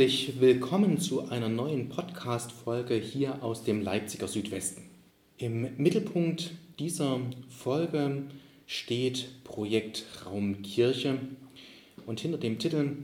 Herzlich willkommen zu einer neuen Podcast-Folge hier aus dem Leipziger Südwesten. Im Mittelpunkt dieser Folge steht Projekt Raum Kirche und hinter dem Titel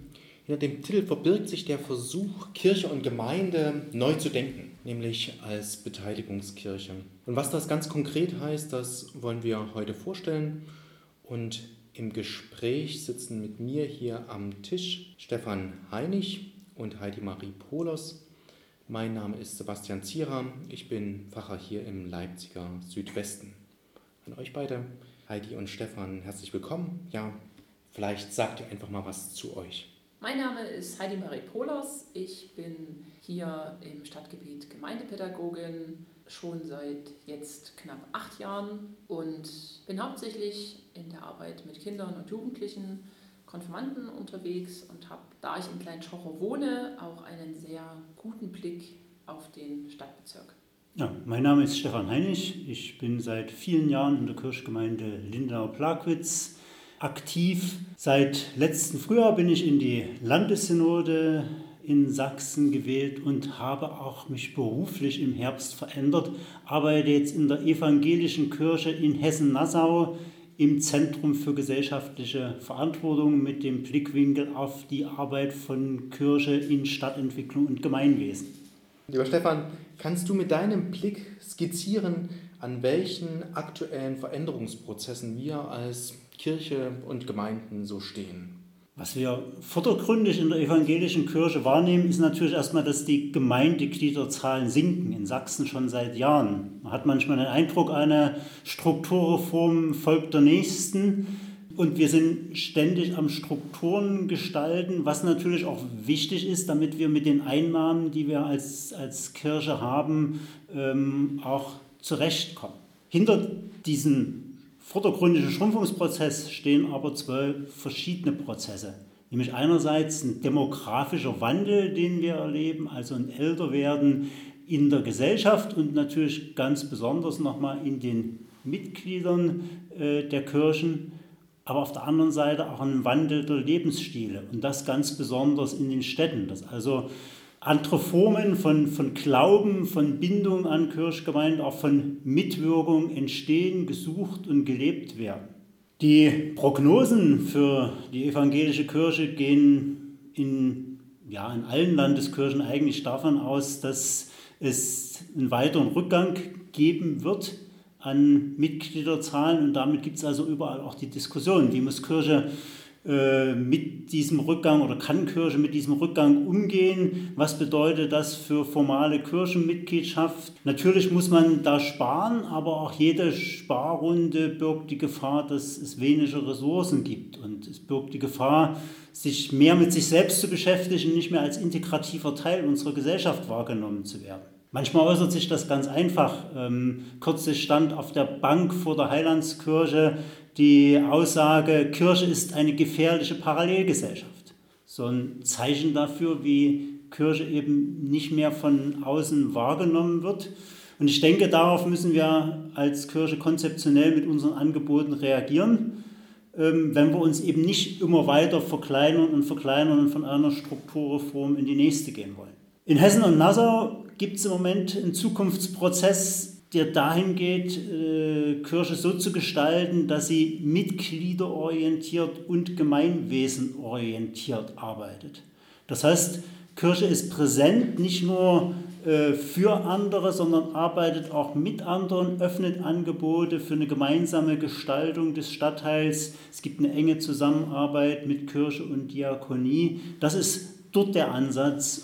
verbirgt sich der Versuch, Kirche und Gemeinde neu zu denken, nämlich als Beteiligungskirche. Und was das ganz konkret heißt, das wollen wir heute vorstellen. Und im Gespräch sitzen mit mir hier am Tisch Stefan Heinig und Heidi-Marie Pohlers. Mein Name ist Sebastian Zierer, ich bin Pfarrer hier im Leipziger Südwesten. An euch beide, Heidi und Stefan, herzlich willkommen. Ja, vielleicht sagt ihr einfach mal was zu euch. Mein Name ist Heidi-Marie Pohlers, ich bin hier im Stadtgebiet Gemeindepädagogin, schon seit jetzt knapp 8 Jahren und bin hauptsächlich in der Arbeit mit Kindern und Jugendlichen, Konfirmanden unterwegs und habe, da ich in Kleinschorrow wohne, auch einen sehr guten Blick auf den Stadtbezirk. Ja, mein Name ist Stefan Heinig, ich bin seit vielen Jahren in der Kirchgemeinde Lindau-Plagwitz aktiv. Seit letzten Frühjahr bin ich in die Landessynode in Sachsen gewählt und habe auch mich beruflich im Herbst verändert. Arbeite jetzt in der evangelischen Kirche in Hessen-Nassau im Zentrum für gesellschaftliche Verantwortung mit dem Blickwinkel auf die Arbeit von Kirche in Stadtentwicklung und Gemeinwesen. Lieber Stefan, kannst du mit deinem Blick skizzieren, an welchen aktuellen Veränderungsprozessen wir als Kirche und Gemeinden so stehen? Was wir vordergründig in der evangelischen Kirche wahrnehmen, ist natürlich erstmal, dass die Gemeindegliederzahlen sinken, in Sachsen schon seit Jahren. Man hat manchmal den Eindruck, eine Strukturreform folgt der nächsten und wir sind ständig am Strukturen gestalten, was natürlich auch wichtig ist, damit wir mit den Einnahmen, die wir als Kirche haben, auch zurechtkommen. Hinter diesem vordergründigen Schrumpfungsprozess stehen aber 2 verschiedene Prozesse. Nämlich einerseits ein demografischer Wandel, den wir erleben, also ein Älterwerden in der Gesellschaft und natürlich ganz besonders nochmal in den Mitgliedern der Kirchen, aber auf der anderen Seite auch ein Wandel der Lebensstile und das ganz besonders in den Städten, dass also andere Formen von Glauben, von Bindung an Kirchgemeinden, auch von Mitwirkung entstehen, gesucht und gelebt werden. Die Prognosen für die evangelische Kirche gehen in allen Landeskirchen eigentlich davon aus, dass es einen weiteren Rückgang geben wird an Mitgliederzahlen und damit gibt es also überall auch die Diskussion, wie muss Kirche mit diesem Rückgang oder kann Kirche mit diesem Rückgang umgehen? Was bedeutet das für formale Kirchenmitgliedschaft? Natürlich muss man da sparen, aber auch jede Sparrunde birgt die Gefahr, dass es weniger Ressourcen gibt. Und es birgt die Gefahr, sich mehr mit sich selbst zu beschäftigen, nicht mehr als integrativer Teil unserer Gesellschaft wahrgenommen zu werden. Manchmal äußert sich das ganz einfach. Kürzlich stand auf der Bank vor der Heilandskirche die Aussage, Kirche ist eine gefährliche Parallelgesellschaft. So ein Zeichen dafür, wie Kirche eben nicht mehr von außen wahrgenommen wird. Und ich denke, darauf müssen wir als Kirche konzeptionell mit unseren Angeboten reagieren, wenn wir uns eben nicht immer weiter verkleinern und von einer Strukturreform in die nächste gehen wollen. In Hessen und Nassau gibt es im Moment einen Zukunftsprozess, der dahin geht, Kirche so zu gestalten, dass sie mitgliederorientiert und gemeinwesenorientiert arbeitet. Das heißt, Kirche ist präsent, nicht nur für andere, sondern arbeitet auch mit anderen, öffnet Angebote für eine gemeinsame Gestaltung des Stadtteils. Es gibt eine enge Zusammenarbeit mit Kirche und Diakonie. Das ist dort der Ansatz,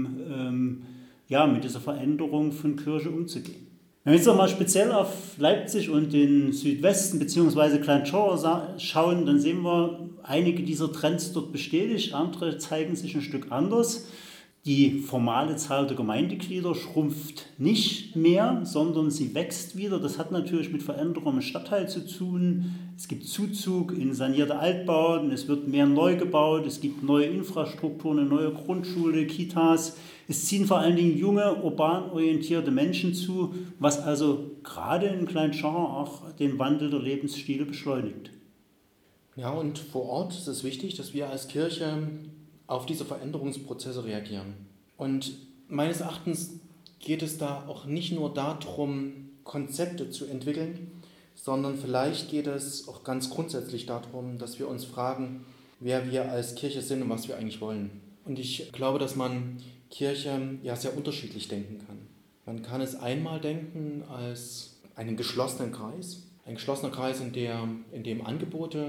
um mit dieser Veränderung von Kirche umzugehen. Wenn wir jetzt nochmal speziell auf Leipzig und den Südwesten bzw. Kleinschorrow schauen, dann sehen wir einige dieser Trends dort bestätigt, andere zeigen sich ein Stück anders. Die formale Zahl der Gemeindeglieder schrumpft nicht mehr, sondern sie wächst wieder. Das hat natürlich mit Veränderungen im Stadtteil zu tun. Es gibt Zuzug in sanierte Altbauten, es wird mehr neu gebaut, es gibt neue Infrastrukturen, eine neue Grundschule, Kitas. Es ziehen vor allen Dingen junge, urban orientierte Menschen zu, was also gerade in Kleinschorrow auch den Wandel der Lebensstile beschleunigt. Ja, und vor Ort ist es wichtig, dass wir als Kirche auf diese Veränderungsprozesse reagieren. Und meines Erachtens geht es da auch nicht nur darum, Konzepte zu entwickeln, sondern vielleicht geht es auch ganz grundsätzlich darum, dass wir uns fragen, wer wir als Kirche sind und was wir eigentlich wollen. Und ich glaube, dass man Kirche ja sehr unterschiedlich denken kann. Man kann es einmal denken als einen geschlossenen Kreis. Ein geschlossener Kreis, in dem Angebote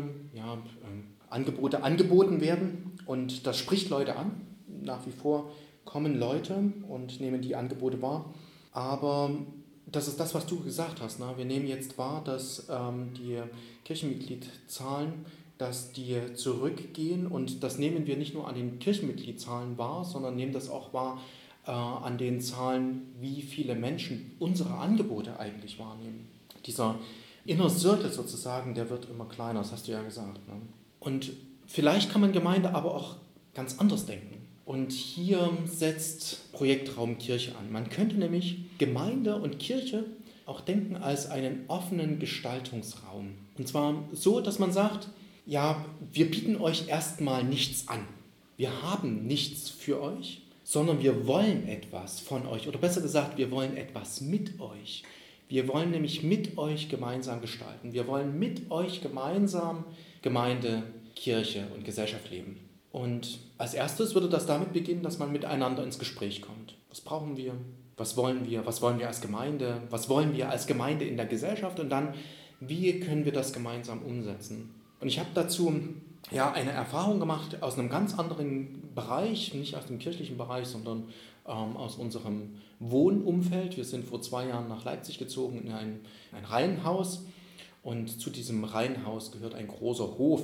angeboten werden und das spricht Leute an. Nach wie vor kommen Leute und nehmen die Angebote wahr. Aber das ist das, was du gesagt hast. Ne? Wir nehmen jetzt wahr, dass die Kirchenmitgliedszahlen, dass die zurückgehen und das nehmen wir nicht nur an den Kirchenmitgliedszahlen wahr, sondern nehmen das auch wahr an den Zahlen, wie viele Menschen unsere Angebote eigentlich wahrnehmen. Dieser Inner Circle sozusagen, der wird immer kleiner, das hast du ja gesagt. Ne? Und vielleicht kann man Gemeinde aber auch ganz anders denken. Und hier setzt Projekt Raum Kirche an. Man könnte nämlich Gemeinde und Kirche auch denken als einen offenen Gestaltungsraum. Und zwar so, dass man sagt, ja, wir bieten euch erstmal nichts an. Wir haben nichts für euch, sondern wir wollen etwas von euch. Oder besser gesagt, wir wollen etwas mit euch. Wir wollen nämlich mit euch gemeinsam gestalten. Wir wollen mit euch gemeinsam Gemeinde, Kirche und Gesellschaft leben. Und als erstes würde das damit beginnen, dass man miteinander ins Gespräch kommt. Was brauchen wir? Was wollen wir? Was wollen wir als Gemeinde? Was wollen wir als Gemeinde in der Gesellschaft? Und dann, wie können wir das gemeinsam umsetzen? Und ich habe dazu eine Erfahrung gemacht aus einem ganz anderen Bereich, nicht aus dem kirchlichen Bereich, sondern aus unserem Wohnumfeld. Wir sind vor 2 Jahren nach Leipzig gezogen in ein Reihenhaus und zu diesem Reihenhaus gehört ein großer Hof.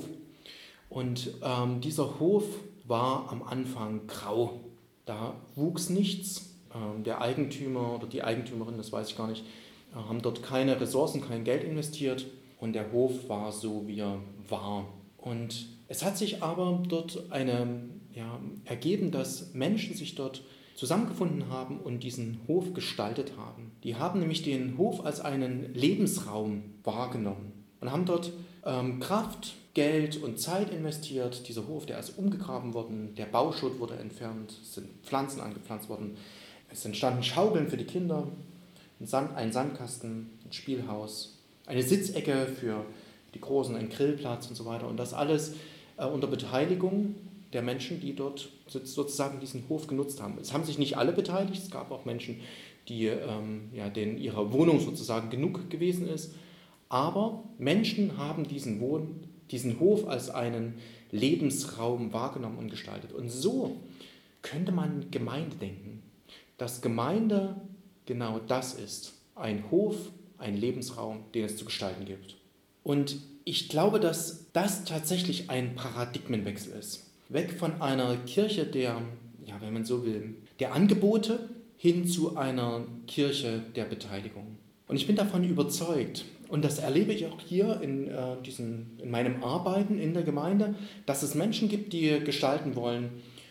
Und dieser Hof war am Anfang grau. Da wuchs nichts. Der Eigentümer oder die Eigentümerin, das weiß ich gar nicht, haben dort keine Ressourcen, kein Geld investiert. Und der Hof war so, wie er war. Und es hat sich aber dort ergeben, dass Menschen sich dort zusammengefunden haben und diesen Hof gestaltet haben. Die haben nämlich den Hof als einen Lebensraum wahrgenommen und haben dort Kraft, Geld und Zeit investiert. Dieser Hof, der ist umgegraben worden, der Bauschutt wurde entfernt, es sind Pflanzen angepflanzt worden, es entstanden Schaukeln für die Kinder, ein Sandkasten, ein Spielhaus, eine Sitzecke für die Großen, ein Grillplatz und so weiter. Und das alles unter Beteiligung der Menschen, die dort sozusagen diesen Hof genutzt haben. Es haben sich nicht alle beteiligt, es gab auch Menschen, denen ihre Wohnung sozusagen genug gewesen ist. Aber Menschen haben diesen Hof als einen Lebensraum wahrgenommen und gestaltet. Und so könnte man Gemeinde denken, dass Gemeinde genau das ist. Ein Hof, ein Lebensraum, den es zu gestalten gibt. Und ich glaube, dass das tatsächlich ein Paradigmenwechsel ist. Weg von einer Kirche wenn man so will, der Angebote hin zu einer Kirche der Beteiligung. Und ich bin davon überzeugt, und das erlebe ich auch hier in meinem Arbeiten in der Gemeinde, dass es Menschen gibt, die gestalten wollen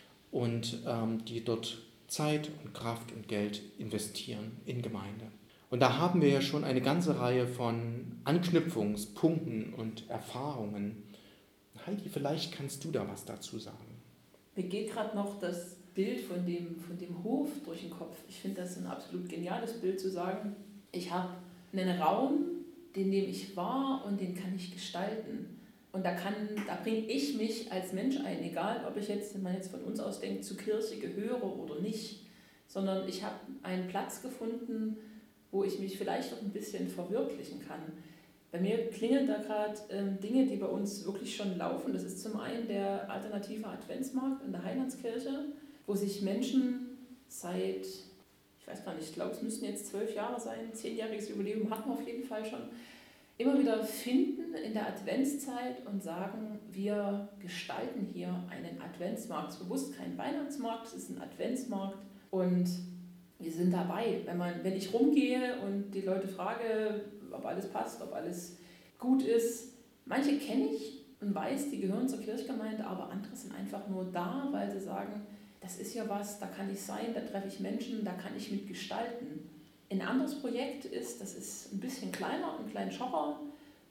und die dort Zeit und Kraft und Geld investieren in Gemeinde. Und da haben wir ja schon eine ganze Reihe von Anknüpfungspunkten und Erfahrungen. Heidi, vielleicht kannst du da was dazu sagen. Mir geht gerade noch das Bild von dem Hof durch den Kopf. Ich finde das ein absolut geniales Bild zu sagen, ich habe einen Raum, den nehme ich wahr und den kann ich gestalten. Und da bringe ich mich als Mensch ein, egal ob ich jetzt, wenn man jetzt von uns aus denkt, zur Kirche gehöre oder nicht, sondern ich habe einen Platz gefunden, wo ich mich vielleicht auch ein bisschen verwirklichen kann. Bei mir klingeln da gerade Dinge, die bei uns wirklich schon laufen. Das ist zum einen der alternative Adventsmarkt in der Heilandskirche, wo sich Menschen seit, ich weiß gar nicht, ich glaube, es müssten jetzt 12 Jahre sein, 10-jähriges Jubiläum hatten wir auf jeden Fall schon, immer wieder finden in der Adventszeit und sagen, wir gestalten hier einen Adventsmarkt. Es ist bewusst kein Weihnachtsmarkt, es ist ein Adventsmarkt und wir sind dabei. Wenn ich rumgehe und die Leute frage, ob alles passt, ob alles gut ist, manche kenne ich und weiß, die gehören zur Kirchgemeinde, aber andere sind einfach nur da, weil sie sagen, das ist ja was, da kann ich sein, da treffe ich Menschen, da kann ich mitgestalten. Ein anderes Projekt das ist ein bisschen kleiner, ein kleiner Schocher,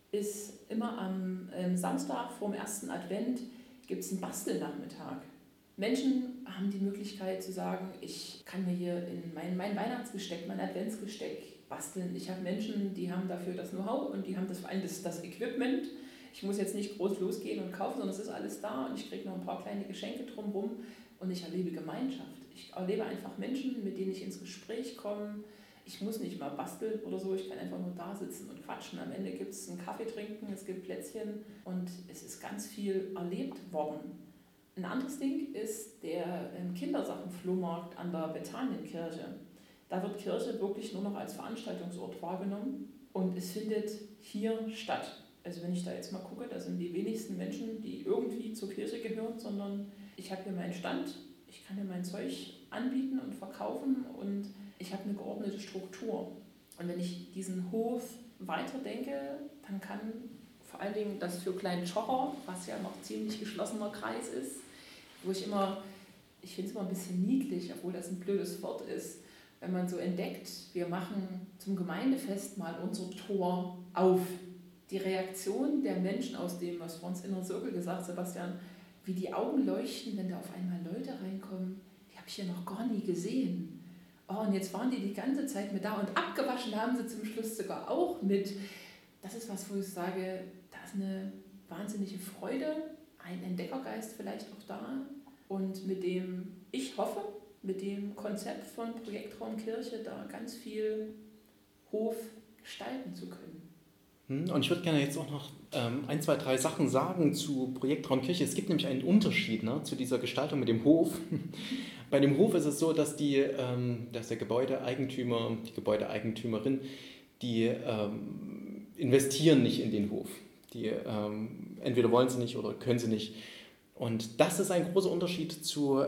ist immer am Samstag vor dem 1. Advent gibt es einen Bastelnachmittag Menschen haben die Möglichkeit zu sagen, ich kann mir hier in mein Weihnachtsgesteck, mein Adventsgesteck basteln. Ich habe Menschen, die haben dafür das Know-how und die haben vor allem das Equipment. Ich muss jetzt nicht groß losgehen und kaufen, sondern es ist alles da und ich kriege noch ein paar kleine Geschenke drumherum und ich erlebe Gemeinschaft. Ich erlebe einfach Menschen, mit denen ich ins Gespräch komme. Ich muss nicht mal basteln oder so, ich kann einfach nur da sitzen und quatschen. Am Ende gibt es einen Kaffee trinken, es gibt Plätzchen und es ist ganz viel erlebt worden. Ein anderes Ding ist der Kindersachenflohmarkt an der Bethanienkirche. Da wird Kirche wirklich nur noch als Veranstaltungsort wahrgenommen und es findet hier statt. Also wenn ich da jetzt mal gucke, da sind die wenigsten Menschen, die irgendwie zur Kirche gehören, sondern ich habe hier meinen Stand, ich kann hier mein Zeug anbieten und verkaufen und ich habe eine geordnete Struktur. Und wenn ich diesen Hof weiterdenke, dann kann vor allen Dingen das für Klein-Tschocher, was ja noch ziemlich geschlossener Kreis ist, wo ich finde es immer ein bisschen niedlich, obwohl das ein blödes Wort ist, wenn man so entdeckt, wir machen zum Gemeindefest mal unser Tor auf. Die Reaktion der Menschen aus dem, was vor uns Inner Circle gesagt, Sebastian, wie die Augen leuchten, wenn da auf einmal Leute reinkommen, die habe ich hier noch gar nie gesehen. Oh, und jetzt waren die ganze Zeit mit da und abgewaschen haben sie zum Schluss sogar auch mit. Das ist was, wo ich sage, da ist eine wahnsinnige Freude, ein Entdeckergeist vielleicht auch da. Und mit dem, ich hoffe, mit dem Konzept von Projektraum Kirche da ganz viel Hof gestalten zu können. Und ich würde gerne jetzt auch noch 1, 2, 3 Sachen sagen zu Projektraum Kirche. Es gibt nämlich einen Unterschied zu dieser Gestaltung mit dem Hof. Bei dem Hof ist es so, dass der Gebäudeeigentümer, die Gebäudeeigentümerin, die investieren nicht in den Hof. Die entweder wollen sie nicht oder können sie nicht. Und das ist ein großer Unterschied zu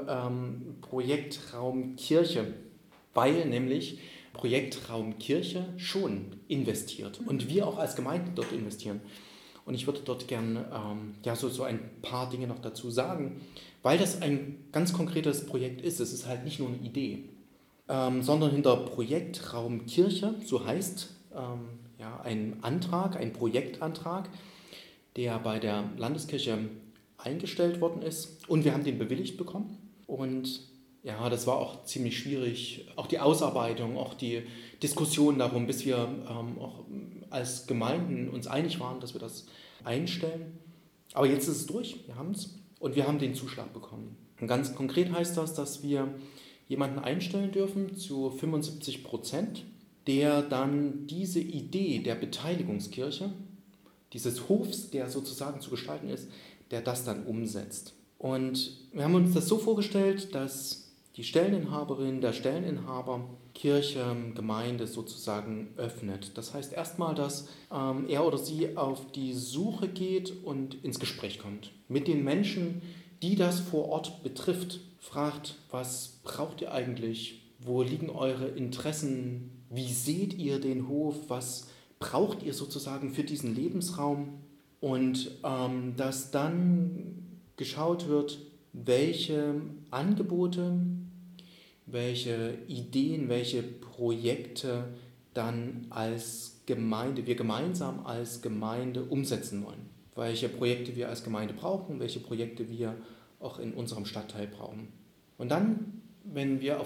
Projektraum Kirche, weil nämlich Projektraum Kirche schon investiert und wir auch als Gemeinde dort investieren. Und ich würde dort gerne so ein paar Dinge noch dazu sagen, weil das ein ganz konkretes Projekt ist. Es ist halt nicht nur eine Idee, sondern hinter Projektraum Kirche, so heißt ein Projektantrag, der bei der Landeskirche eingestellt worden ist und wir haben den bewilligt bekommen. Und ja, das war auch ziemlich schwierig, auch die Ausarbeitung, auch die Diskussion darum, bis wir auch als Gemeinden uns einig waren, dass wir das einstellen. Aber jetzt ist es durch, wir haben es und wir haben den Zuschlag bekommen. Und ganz konkret heißt das, dass wir jemanden einstellen dürfen zu 75%, der dann diese Idee der Beteiligungskirche, dieses Hofs, der sozusagen zu gestalten ist, der das dann umsetzt. Und wir haben uns das so vorgestellt, dass die Stelleninhaberin, der Stelleninhaber Kirche, Gemeinde sozusagen öffnet. Das heißt erstmal, dass er oder sie auf die Suche geht und ins Gespräch kommt mit den Menschen, die das vor Ort betrifft. Fragt, was braucht ihr eigentlich? Wo liegen eure Interessen? Wie seht ihr den Hof? Was braucht ihr sozusagen für diesen Lebensraum? Und dass dann geschaut wird, welche Angebote, welche Ideen, welche Projekte dann wir gemeinsam als Gemeinde umsetzen wollen. Welche Projekte wir als Gemeinde brauchen, welche Projekte wir auch in unserem Stadtteil brauchen. Und dann, wenn wir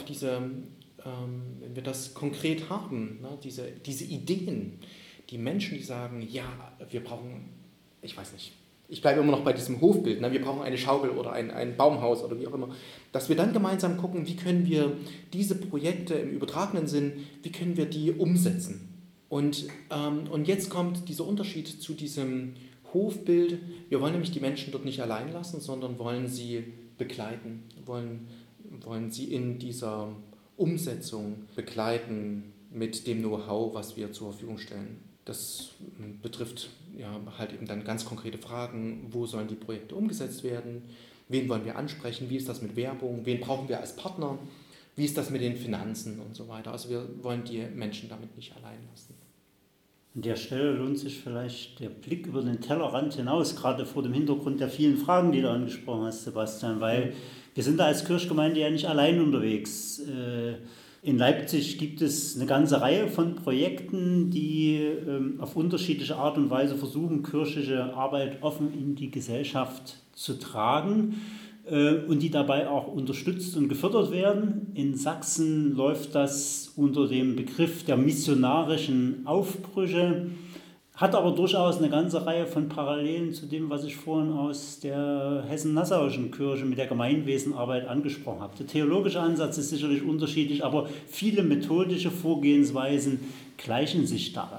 das konkret haben, diese Ideen, die Menschen, die sagen, ja, wir brauchen, ich weiß nicht, ich bleibe immer noch bei diesem Hofbild, wir brauchen eine Schaukel oder ein Baumhaus oder wie auch immer, dass wir dann gemeinsam gucken, wie können wir diese Projekte im übertragenen Sinn, wie können wir die umsetzen. Und jetzt kommt dieser Unterschied zu diesem Hofbild. Wir wollen nämlich die Menschen dort nicht allein lassen, sondern wollen sie begleiten, wollen sie in dieser Umsetzung begleiten mit dem Know-how, was wir zur Verfügung stellen. Das betrifft halt eben dann ganz konkrete Fragen, wo sollen die Projekte umgesetzt werden, wen wollen wir ansprechen, wie ist das mit Werbung, wen brauchen wir als Partner, wie ist das mit den Finanzen und so weiter. Also wir wollen die Menschen damit nicht allein lassen. An der Stelle lohnt sich vielleicht der Blick über den Tellerrand hinaus, gerade vor dem Hintergrund der vielen Fragen, die du angesprochen hast, Sebastian, weil wir sind da als Kirchgemeinde ja nicht allein unterwegs. In Leipzig gibt es eine ganze Reihe von Projekten, die auf unterschiedliche Art und Weise versuchen, kirchliche Arbeit offen in die Gesellschaft zu tragen. und die dabei auch unterstützt und gefördert werden. In Sachsen läuft das unter dem Begriff der missionarischen Aufbrüche, hat aber durchaus eine ganze Reihe von Parallelen zu dem, was ich vorhin aus der hessen-nassauischen Kirche mit der Gemeinwesenarbeit angesprochen habe. Der theologische Ansatz ist sicherlich unterschiedlich, aber viele methodische Vorgehensweisen gleichen sich dabei.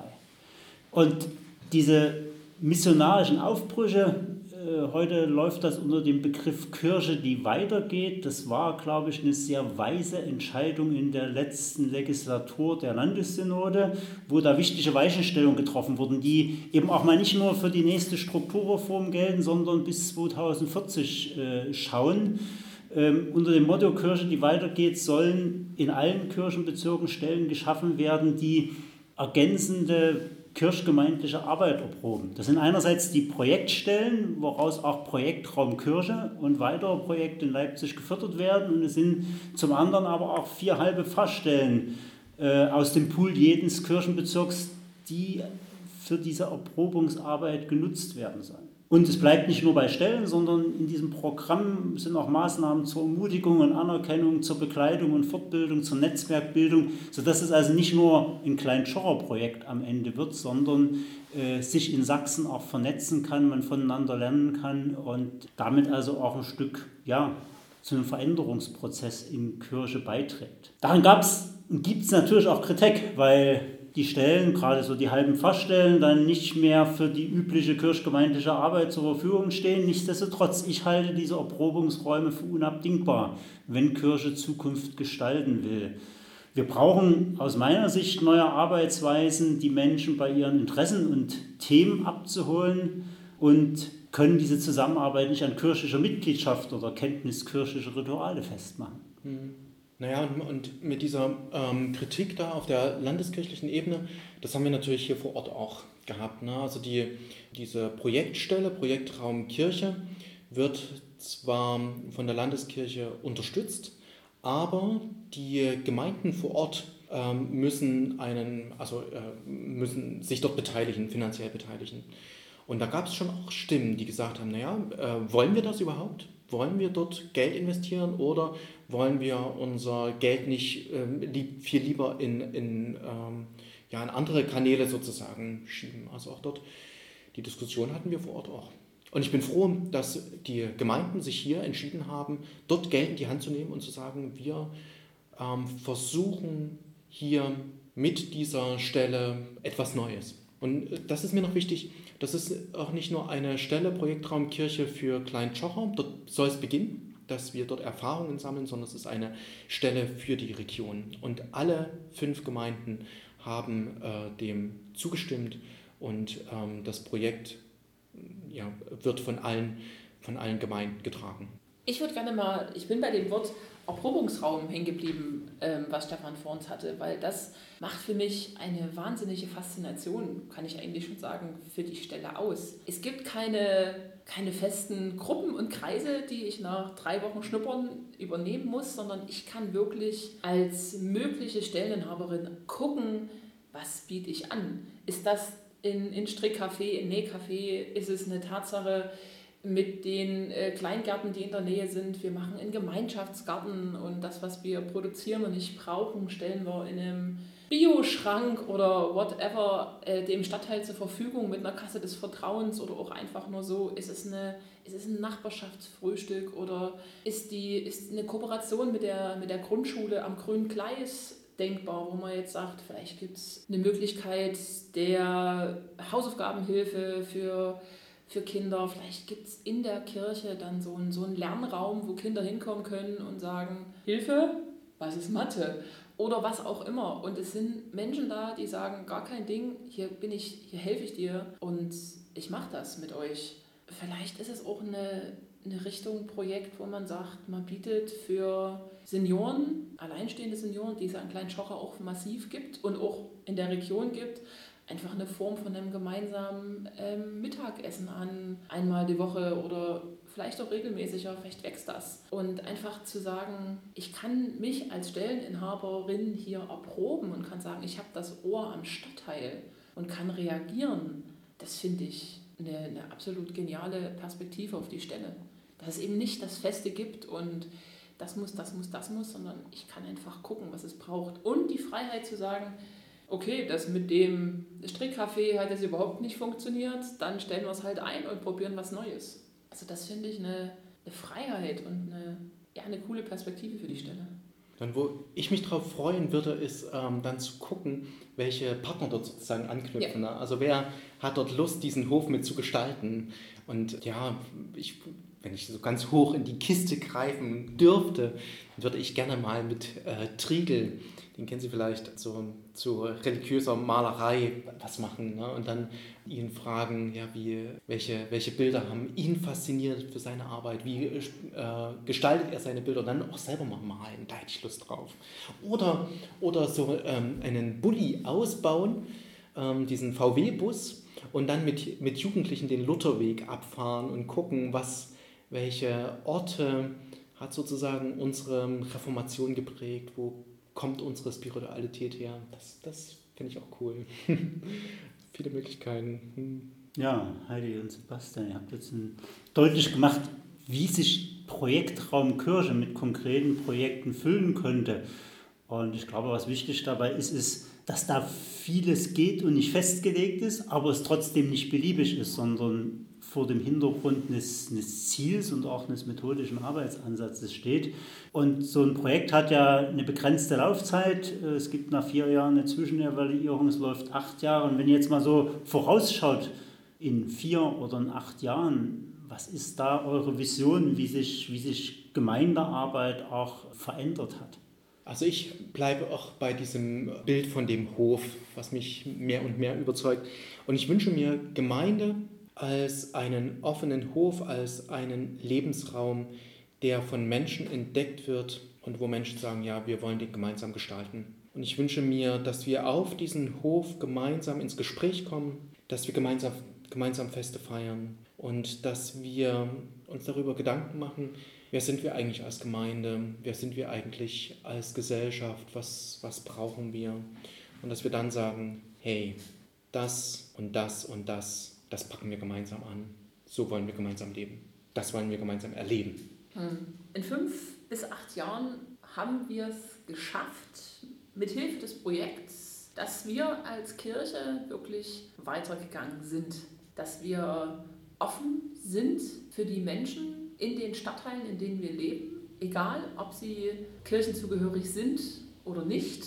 Und diese missionarischen Aufbrüche, heute läuft das unter dem Begriff Kirche, die weitergeht. Das war, glaube ich, eine sehr weise Entscheidung in der letzten Legislatur der Landessynode, wo da wichtige Weichenstellungen getroffen wurden, die eben auch mal nicht nur für die nächste Strukturreform gelten, sondern bis 2040 schauen. Unter dem Motto Kirche, die weitergeht, sollen in allen Kirchenbezirken Stellen geschaffen werden, die ergänzende kirchgemeindliche Arbeit erproben. Das sind einerseits die Projektstellen, woraus auch Projektraum Kirche und weitere Projekte in Leipzig gefördert werden. Und es sind zum anderen aber auch 4 halbe Fachstellen aus dem Pool jedes Kirchenbezirks, die für diese Erprobungsarbeit genutzt werden sollen. Und es bleibt nicht nur bei Stellen, sondern in diesem Programm sind auch Maßnahmen zur Ermutigung und Anerkennung, zur Begleitung und Fortbildung, zur Netzwerkbildung, sodass es also nicht nur ein Klein-Tschocher-Projekt am Ende wird, sondern sich in Sachsen auch vernetzen kann, man voneinander lernen kann und damit also auch ein Stück zu einem Veränderungsprozess in Kirche beiträgt. Daran gab es und gibt es natürlich auch Kritik, weil die Stellen, gerade so die halben Fachstellen, dann nicht mehr für die übliche kirchgemeindliche Arbeit zur Verfügung stehen. Nichtsdestotrotz, ich halte diese Erprobungsräume für unabdingbar, wenn Kirche Zukunft gestalten will. Wir brauchen aus meiner Sicht neue Arbeitsweisen, die Menschen bei ihren Interessen und Themen abzuholen und können diese Zusammenarbeit nicht an kirchlicher Mitgliedschaft oder Kenntnis kirchlicher Rituale festmachen. Naja, und mit dieser Kritik da auf der landeskirchlichen Ebene, das haben wir natürlich hier vor Ort auch gehabt. Ne? Also diese Projektstelle, Projektraum Kirche, wird zwar von der Landeskirche unterstützt, aber die Gemeinden vor Ort müssen sich dort beteiligen, finanziell beteiligen. Und da gab es schon auch Stimmen, die gesagt haben, wollen wir das überhaupt? Wollen wir dort Geld investieren oder wollen wir unser Geld nicht viel lieber in andere Kanäle sozusagen schieben? Also auch dort, die Diskussion hatten wir vor Ort auch. Und ich bin froh, dass die Gemeinden sich hier entschieden haben, dort Geld in die Hand zu nehmen und zu sagen, wir versuchen hier mit dieser Stelle etwas Neues. Und das ist mir noch wichtig, das ist auch nicht nur eine Stelle, Projektraum Kirche für Klein-Tschocher, dort soll es beginnen, dass wir dort Erfahrungen sammeln, sondern es ist eine Stelle für die Region. Und alle 5 Gemeinden haben dem zugestimmt und das Projekt wird von allen Gemeinden getragen. Ich bin bei dem Wort Erprobungsraum hängen geblieben, was Stefan vor uns hatte, weil das macht für mich eine wahnsinnige Faszination, kann ich eigentlich schon sagen, für die Stelle aus. Es gibt keine festen Gruppen und Kreise, die ich nach 3 Wochen Schnuppern übernehmen muss, sondern ich kann wirklich als mögliche Stelleninhaberin gucken, was biete ich an. Ist das in Strickcafé, in Nähcafé, ist es eine Tatsache, mit den Kleingärten, die in der Nähe sind. Wir machen einen Gemeinschaftsgarten und das, was wir produzieren und nicht brauchen, stellen wir in einem Bioschrank oder whatever dem Stadtteil zur Verfügung mit einer Kasse des Vertrauens oder auch einfach nur so. Ist es ein Nachbarschaftsfrühstück oder ist eine Kooperation mit der Grundschule am Grünen Gleis denkbar, wo man jetzt sagt, vielleicht gibt es eine Möglichkeit der Hausaufgabenhilfe für Kinder. Vielleicht gibt es in der Kirche dann so einen Lernraum, wo Kinder hinkommen können und sagen, Hilfe, was ist Mathe? Oder was auch immer. Und es sind Menschen da, die sagen, gar kein Ding, hier helfe ich dir und ich mache das mit euch. Vielleicht ist es auch eine Richtung Projekt, wo man sagt, man bietet für Senioren, alleinstehende Senioren, die es an Klein-Tschocher auch massiv gibt und auch in der Region gibt, einfach eine Form von einem gemeinsamen Mittagessen an, einmal die Woche oder vielleicht auch regelmäßiger, vielleicht wächst das. Und einfach zu sagen, ich kann mich als Stelleninhaberin hier erproben und kann sagen, ich habe das Ohr am Stadtteil und kann reagieren, das finde ich eine absolut geniale Perspektive auf die Stelle. Dass es eben nicht das Feste gibt und das muss, sondern ich kann einfach gucken, was es braucht. Und die Freiheit zu sagen, okay, das mit dem Strickcafé hat jetzt überhaupt nicht funktioniert, dann stellen wir es halt ein und probieren was Neues. Also das finde ich eine Freiheit und eine coole Perspektive für die Stelle. Dann, wo ich mich darauf freuen würde, ist dann zu gucken, welche Partner dort sozusagen anknüpfen. Ja. Also wer hat dort Lust, diesen Hof mit zu gestalten? Und ja, wenn ich so ganz hoch in die Kiste greifen dürfte, würde ich gerne mal mit Triegel, den kennen Sie vielleicht, zu religiöser Malerei was machen, ne? Und dann ihn fragen, ja, welche Bilder haben ihn fasziniert für seine Arbeit, wie gestaltet er seine Bilder und dann auch selber mal malen, da hätte ich Lust drauf. Oder so einen Bulli ausbauen, diesen VW-Bus und dann mit Jugendlichen den Lutherweg abfahren und gucken, welche Orte hat sozusagen unsere Reformation geprägt, wo kommt unsere Spiritualität her. Das finde ich auch cool. Viele Möglichkeiten. Ja, Heidi und Sebastian, ihr habt jetzt deutlich gemacht, wie sich Projektraum Kirche mit konkreten Projekten füllen könnte. Und ich glaube, was wichtig dabei ist, dass da vieles geht und nicht festgelegt ist, aber es trotzdem nicht beliebig ist, sondern vor dem Hintergrund eines Ziels und auch eines methodischen Arbeitsansatzes steht. Und so ein Projekt hat ja eine begrenzte Laufzeit. Es gibt nach 4 Jahren eine Zwischenevaluierung, es läuft 8 Jahre. Und wenn ihr jetzt mal so vorausschaut, in 4 oder in 8 Jahren, was ist da eure Vision, wie sich Gemeindearbeit auch verändert hat? Also ich bleibe auch bei diesem Bild von dem Hof, was mich mehr und mehr überzeugt. Und ich wünsche mir Gemeinde als einen offenen Hof, als einen Lebensraum, der von Menschen entdeckt wird und wo Menschen sagen, ja, wir wollen den gemeinsam gestalten. Und ich wünsche mir, dass wir auf diesen Hof gemeinsam ins Gespräch kommen, dass wir gemeinsam Feste feiern und dass wir uns darüber Gedanken machen, wer sind wir eigentlich als Gemeinde, wer sind wir eigentlich als Gesellschaft, was brauchen wir? Und dass wir dann sagen, hey, das und das und das packen wir gemeinsam an. So wollen wir gemeinsam leben. Das wollen wir gemeinsam erleben. In 5 bis 8 Jahren haben wir es geschafft, mithilfe des Projekts, dass wir als Kirche wirklich weitergegangen sind. Dass wir offen sind für die Menschen in den Stadtteilen, in denen wir leben. Egal, ob sie kirchenzugehörig sind oder nicht.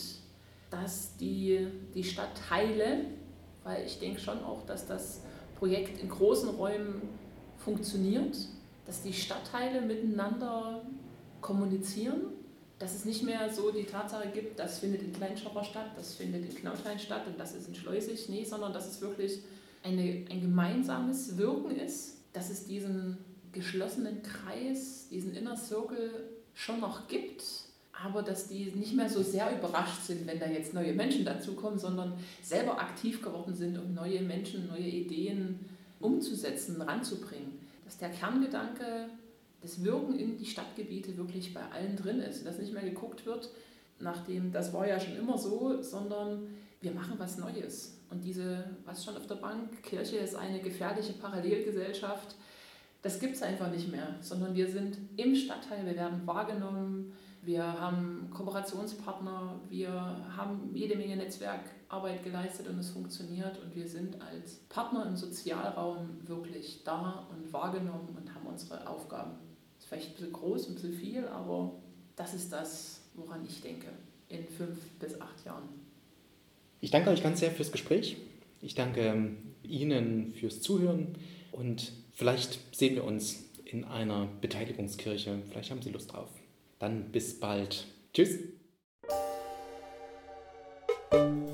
Dass die Stadtteile, weil ich denke schon auch, dass das Projekt in großen Räumen funktioniert, dass die Stadtteile miteinander kommunizieren, dass es nicht mehr so die Tatsache gibt, das findet in Kleinschopper statt, das findet in Knauthain statt und das ist in Schleusig, sondern dass es wirklich ein gemeinsames Wirken ist, dass es diesen geschlossenen Kreis, diesen Inner Circle schon noch gibt, aber dass die nicht mehr so sehr überrascht sind, wenn da jetzt neue Menschen dazukommen, sondern selber aktiv geworden sind, um neue Menschen, neue Ideen umzusetzen, ranzubringen. Dass der Kerngedanke, das Wirken in die Stadtgebiete wirklich bei allen drin ist. Dass nicht mehr geguckt wird, nachdem das war ja schon immer so, sondern wir machen was Neues. Und was schon auf der Bank, Kirche ist eine gefährliche Parallelgesellschaft, das gibt es einfach nicht mehr, sondern wir sind im Stadtteil, wir werden wahrgenommen, wir haben Kooperationspartner, wir haben jede Menge Netzwerkarbeit geleistet und es funktioniert und wir sind als Partner im Sozialraum wirklich da und wahrgenommen und haben unsere Aufgaben. Das ist vielleicht ein bisschen groß, ein bisschen viel, aber das ist das, woran ich denke in 5 bis 8 Jahren. Ich danke euch ganz sehr fürs Gespräch. Ich danke Ihnen fürs Zuhören und vielleicht sehen wir uns in einer Beteiligungskirche. Vielleicht haben Sie Lust drauf. Dann bis bald. Tschüss.